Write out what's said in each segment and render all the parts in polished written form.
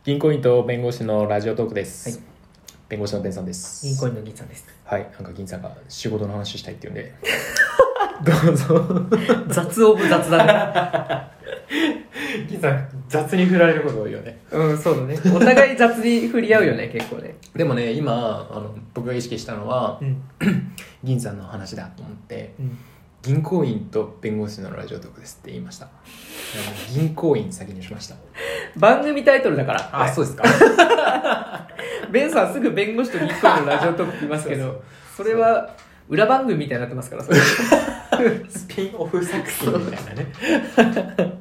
銀行員と弁護士のラジオトークです、 はい、 弁護士の弁さんです。 銀行員の銀さんです。 はい、なんか銀さんが仕事の話したいって言うんでどうぞ雑オブ雑だね銀さん雑に振られること多いよね。 うん、そうだね。お互い雑に振り合うよね、結構ね。 でもね、今僕が意識したのは、銀さんの話だと思って、銀行員と弁護士のラジオトークですって言いました。銀行員先にしました。 番組タイトルだから。 あ、そうですか。 ベンさんすぐ弁護士と銀行員のラジオトークって言いますけど、それは裏番組みたいになってますから、それスピンオフ作品みたいなね。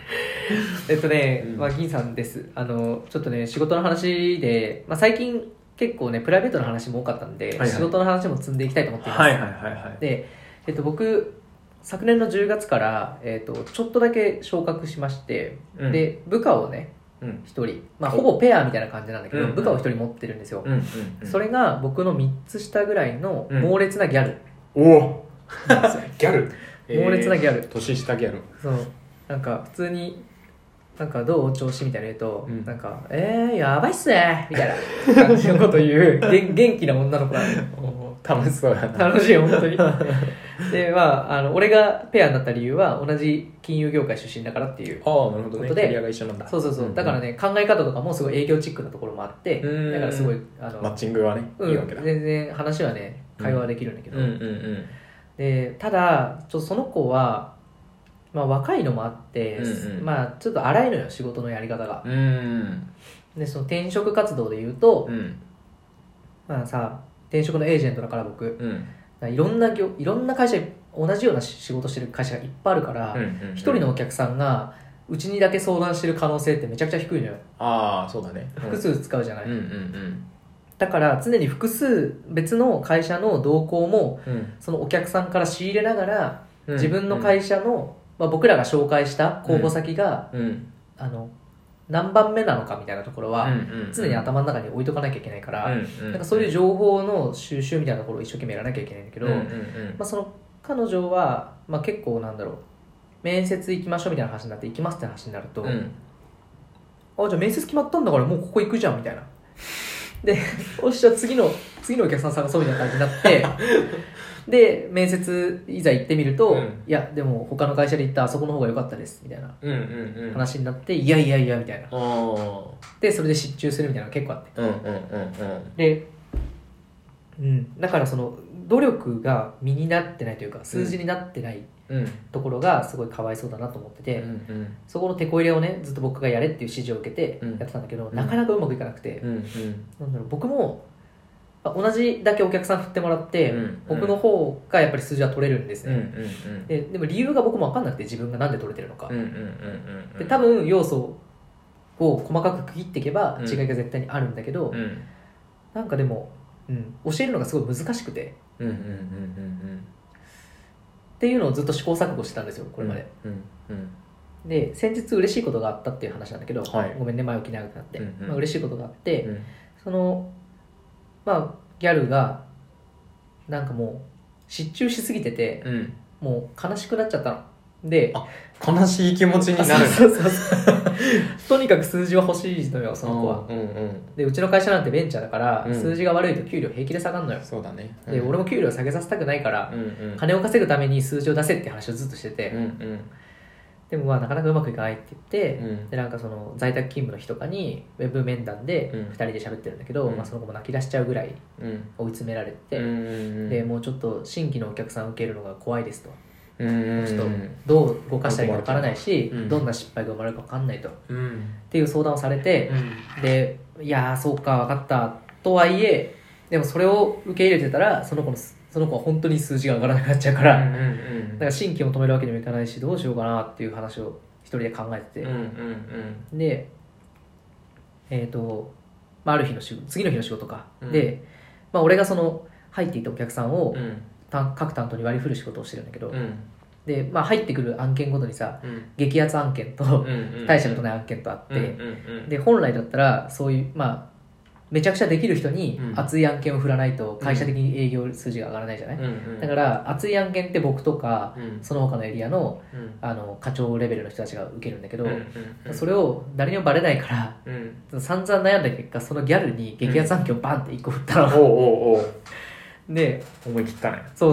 銀さんです。ちょっとね、仕事の話で、最近結構ね、プライベートの話も多かったんで、仕事の話も積んでいきたいと思っています。で、僕、昨年の10月から、ちょっとだけ昇格しまして、で、部下をね、一人、ほぼペアみたいな感じなんだけど、部下を一人持ってるんですよ。それが僕の3つ下ぐらいの猛烈なギャル。 おおギャル猛烈なギャル。 年下ギャル。 そう。なんか普通に、なんかどう調子みたいな言うと、なんか、やばいっすねみたいな感じのこと言う元気な女の子なの。 楽しそうやな。 楽しいよ、本当に。で、俺がペアになった理由は同じ金融業界出身だからっていうことで。 なるほどね。キャリアが一緒なんだ。 そう。だからね、考え方とかもすごい営業チックなところもあって、だからすごい、 マッチングはね、いいわけだ。 全然話はね、会話はできるんだけど。で、ただ、ちょっとその子は、若いのもあって、ちょっと荒いのよ、仕事のやり方が。で、その転職活動で言うと、転職のエージェントだから僕、いろんな会社、同じような仕事してる会社がいっぱいあるから、一人のお客さんがうちにだけ相談してる可能性ってめちゃくちゃ低いのよ。 ああ、そうだね。 複数使うじゃない。だから常に複数別の会社の動向も、そのお客さんから仕入れながら、自分の会社の、僕らが紹介した候補先が、何番目なのかみたいなところは常に頭の中に置いとかなきゃいけないから、なんかそういう情報の収集みたいなところを一生懸命やらなきゃいけないんだけど、その彼女は、結構面接行きましょうみたいな話になって行きますって話になると、じゃあ面接決まったんだからもうここ行くじゃんみたいな。で、おっしゃ次のお客さん探そうみたいな感じになってで、面接いざ行ってみると、いや、でも他の会社で行ったあそこの方が良かったですみたいな話になって、いやみたいな。で、それで失注するみたいなのが結構あって。で、だからその努力が身になってないというか、数字になってないところがすごいかわいそうだなと思ってて、そこのテこ入れをね、ずっと僕がやれっていう指示を受けてやってたんだけど、なかなかうまくいかなくて、僕も同じだけお客さん振ってもらって、僕の方がやっぱり数字は取れるんですね。でも理由が僕も分かんなくて、自分がなんで取れてるのか。で、多分要素を細かく区切っていけば違いが絶対にあるんだけど、なんかでも、教えるのがすごい難しくて、っていうのをずっと試行錯誤してたんですよ、これまで。で、先日嬉しいことがあったっていう話なんだけど、ごめんね、前置き長くなって。嬉しいことがあって、そのギャルがなんかもう失注しすぎてて、もう悲しくなっちゃったので、 悲しい気持ちになる。 そうとにかく数字は欲しいのよ、その子は。で、うちの会社なんてベンチャーだから、数字が悪いと給料平気で下がるのよ。 そうだね。 で、俺も給料下げさせたくないから、金を稼ぐために数字を出せって話をずっとしてて、でもなかなかうまくいかないって言って、でなんかその在宅勤務の日とかにウェブ面談で2人で喋ってるんだけど、その子も泣き出しちゃうぐらい追い詰められて、でもうちょっと新規のお客さんを受けるのが怖いですと、ちょっとどう動かしたらいいか分からないし、どんな失敗が生まれるか分かんないと、っていう相談をされて、で、いやーそうか分かったとはいえ、でもそれを受け入れてたらその子は本当に数字が上がらなくなっちゃうから、だから新規を止めるわけにもいかないし、どうしようかなっていう話を一人で考えてて、で、ある日の次の日の仕事か、で、俺がその入っていたお客さんを、各担当に割り振る仕事をしてるんだけど、で、入ってくる案件ごとにさ、激アツ案件と大したことない案件とあって、で本来だったらそういうめちゃくちゃできる人に熱い案件を振らないと会社的に営業数字が上がらないじゃない、だから熱い案件って僕とか、その他のエリアの、課長レベルの人たちが受けるんだけど、それを誰にもバレないから、散々悩んだ結果そのギャルに激アツ案件をバンって1個振ったの、で思い切ったね。 そう、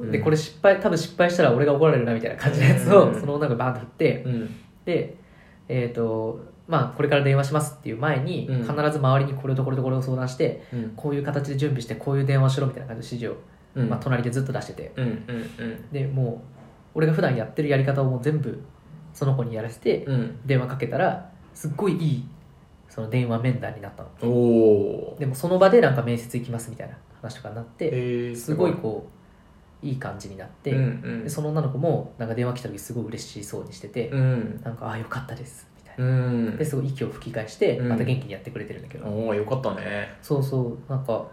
でこれ多分失敗したら俺が怒られるなみたいな感じのやつをその女がバンって振って、でまあこれから電話しますっていう前に必ず周りにこれとこれとこれを相談して、こういう形で準備してこういう電話しろみたいな感じの指示を、隣でずっと出してて、でもう俺が普段やってるやり方をもう全部その子にやらせて、電話かけたらすっごいいいその電話面談になったの。でもその場でなんか面接行きますみたいな話とかになって、すごいこういい感じになって、でその女の子もなんか電話来た時すごい嬉しそうにしてて、なんかよかったですですごい息を吹き返してまた元気にやってくれてるんだけど、 よかったね。 そうなんか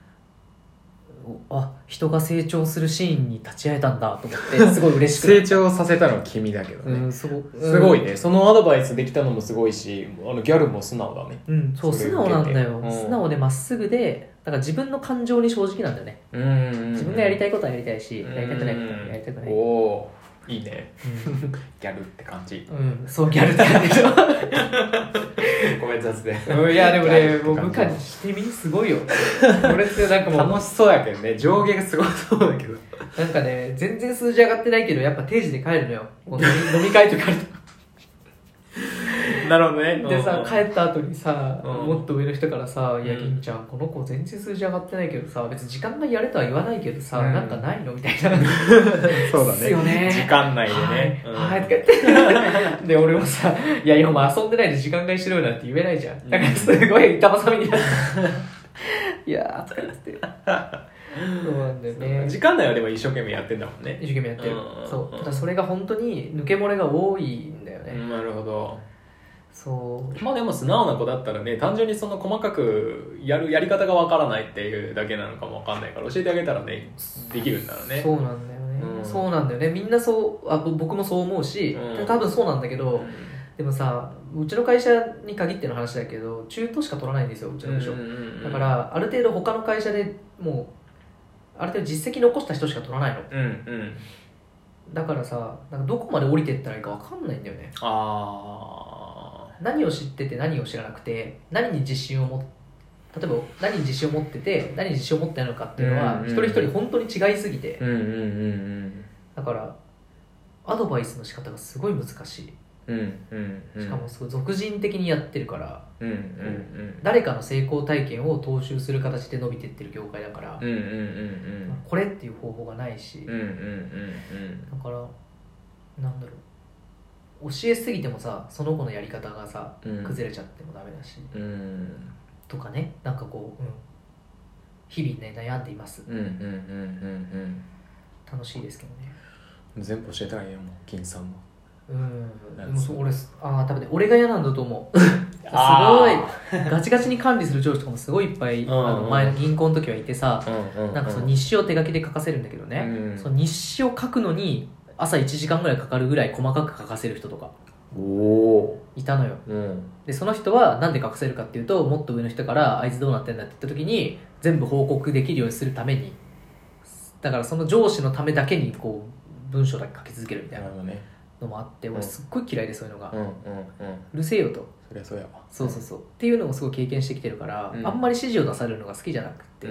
人が成長するシーンに立ち会えたんだと思ってすごい嬉しく成長させたのは君だけどね、すごいね。そのアドバイスできたのもすごいし、ギャルも素直だね。 そう素直なんだよ、素直でまっすぐで、だから自分の感情に正直なんだよね。自分がやりたいことはやりたいし、やりたくないことはやりたくない。 いいね、ギャルって感じ。 そうギャルって感じごめん雑で。 いやでもね、もう部下にしてみすごいよ。俺ってなんかもう楽しそうやけどね、上下がすごそうだけど、 なんかね全然数字上がってないけどやっぱ定時で帰るのよ。飲み会とかあるとなるほどね。 でさ、帰った後にさ、もっと上の人からさ、いや銀ちゃんこの子全然数字上がってないけどさ、別に時間がやれとは言わないけどさ、なんかないのみたいな。 そうだね。 ですよね。 時間内でね。 はいとか言って。で俺もさ、いやお前遊んでないで時間外しろよなんて言えないじゃん。だからすごい板挟みになって。いやーとか言って。そうなんだよね。 時間内はでも一生懸命やってんだもんね。 一生懸命やってる。そう。ただそれが本当に抜け漏れが多いんだよね。 なるほど。 そうまあでも素直な子だったらね、単純にその細かくやり方がわからないっていうだけなのかもわかんないから教えてあげたらね、できるんだろうね。 そうなんだよね、そうなんだよね。みんな僕もそう思うし、多分そうなんだけど、でもさ、うちの会社に限っての話だけど中途しか取らないんですよ、うちの部署。だからある程度他の会社でもうある程度実績残した人しか取らないの。だからさ、なんかどこまで降りてったらいいか分かんないんだよね。何を知ってて何を知らなくて、何に自信を持って、例えば何に自信を持ってて何に自信を持ってないのかっていうのは、一人一人本当に違いすぎて、だからアドバイスの仕方がすごい難しい。しかもすごい俗人的にやってるから、誰かの成功体験を踏襲する形で伸びてってる業界だから、これっていう方法がないし、だからなんだろう、教えすぎてもさ、その子のやり方がさ、崩れちゃってもダメだし、とかね、なんかこう、日々ね悩んでいます。楽しいですけどね。 全部教えたらいいよ、もう金さんも。 でも俺多分ね、俺が嫌なんだと思う。すごいガチガチに管理する上司とかもすごいいっぱい、前の銀行の時はいてさ、なんかその日誌を手書きで書かせるんだけどね、その日誌を書くのに朝1時間ぐらいかかるぐらい細かく書かせる人とかいたのよ。でその人はなんで書かせるかっていうと、もっと上の人からあいつどうなってんだって言った時に全部報告できるようにするために、だからその上司のためだけにこう文章だけ書き続けるみたいなのもあって、俺すっごい嫌いで、そういうのがうるせえよと。 そりゃそうやわ。 そうっていうのもすごい経験してきてるから、あんまり指示を出されるのが好きじゃなくて、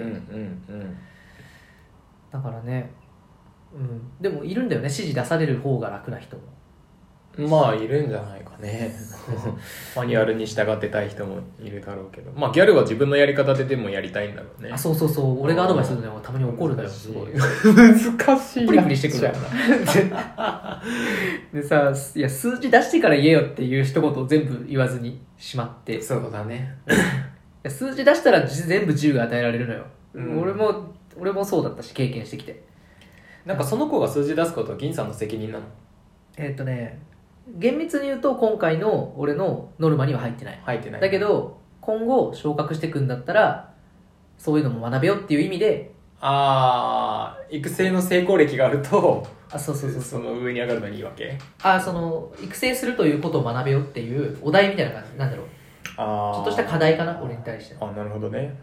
だからね、でもいるんだよね、指示出される方が楽な人も。 まあいるんじゃないかね。マニュアルに従ってたい人もいるだろうけど、まあギャルは自分のやり方ででもやりたいんだろうね。 そう俺がアドバイスするのはたまに怒るのよ、すごい難しい。 プリプリしてくるからでさ、いや数字出してから言えよっていう一言を全部言わずにしまって。 そうだね。 数字出したら全部自由が与えられるのよ、俺もそうだったし、経験してきて。 なんかその子が数字出すことは銀さんの責任なの？ 厳密に言うと今回の俺のノルマには入ってない。だけど今後昇格していくんだったらそういうのも学べよっていう意味で、 育成の成功歴があると、 その上に上がるのにいいわけ？ その育成するということを学べよっていうお題みたいな感じなんだろう。 ちょっとした課題かな、俺に対して。 なるほどね。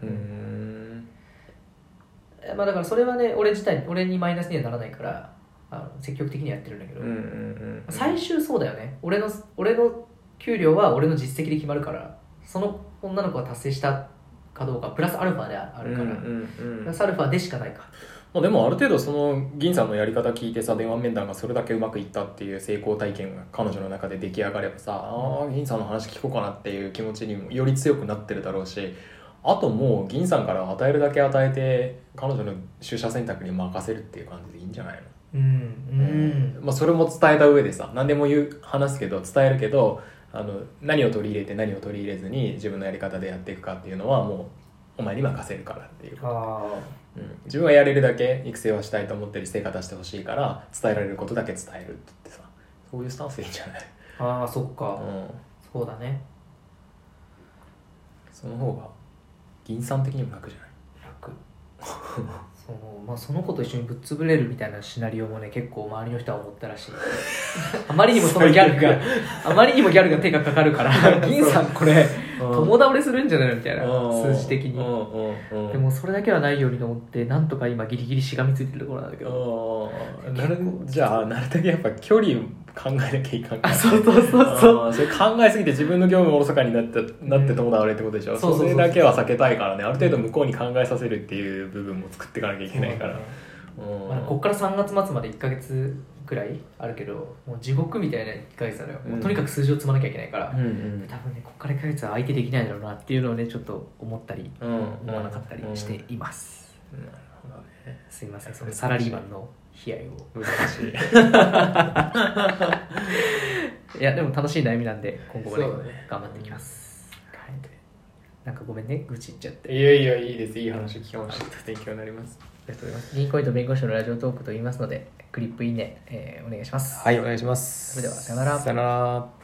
まあだからそれはね、俺にマイナスにはならないから積極的にやってるんだけど、最終そうだよね。俺の給料は俺の実績で決まるから、その女の子が達成したかどうかプラスアルファであるから、プラスアルファでしかないか。 でもある程度その銀さんのやり方聞いてさ、電話面談がそれだけうまくいったっていう成功体験が彼女の中で出来上がればさ、銀さんの話聞こうかなっていう気持ちにもより強くなってるだろうし、あともう銀さんから与えるだけ与えて彼女の取捨選択に任せるっていう感じでいいんじゃないの？それも伝えた上でさ、何でも話すけど伝えるけど、何を取り入れて何を取り入れずに自分のやり方でやっていくかっていうのはもうお前に任せるからっていうこと、自分はやれるだけ育成はしたいと思ってるし、成果出してほしいから伝えられることだけ伝えるって言ってさ、そういうスタンスでいいんじゃない？ そっか、そうだね。 その方が銀さん的にも楽じゃない？ 楽その子と一緒にぶっ潰れるみたいなシナリオもね、結構周りの人は思ったらしい。あまりにもそのギャルが手がかかるから銀さんこれ共倒れするんじゃないのみたいな、数字的に。でもそれだけはないようにと思って、なんとか今ギリギリしがみついてるところなんだけど、 じゃあなるだけやっぱ距離考えなきゃいかんから。 そうそれ考えすぎて自分の業務がおろそかになって友倒れってことでしょ。それだけは避けたいからね、ある程度向こうに考えさせるっていう部分も作っていかなきゃいけないから。 こっから3月末まで1ヶ月くらいあるけど、もう地獄みたいな1ヶ月なのよ。もうとにかく数字を積まなきゃいけないから、多分ねこっから1ヶ月は相手できないだろうなっていうのをね、ちょっと思ったり思わなかったりしています。 なるほどね。 すいません、そのサラリーマンの悲哀を。 難しい。 いやでも楽しい悩みなんで今後もね頑張っていきます。なんかごめんね、愚痴言っちゃって。 いやいいです、いい話聞きました。勉強になります。 ありがとうございます。銀行員と弁護士のラジオトークと言いますので、クリップいいね、お願いします。 はい、お願いします。 それではさよなら。 さよなら。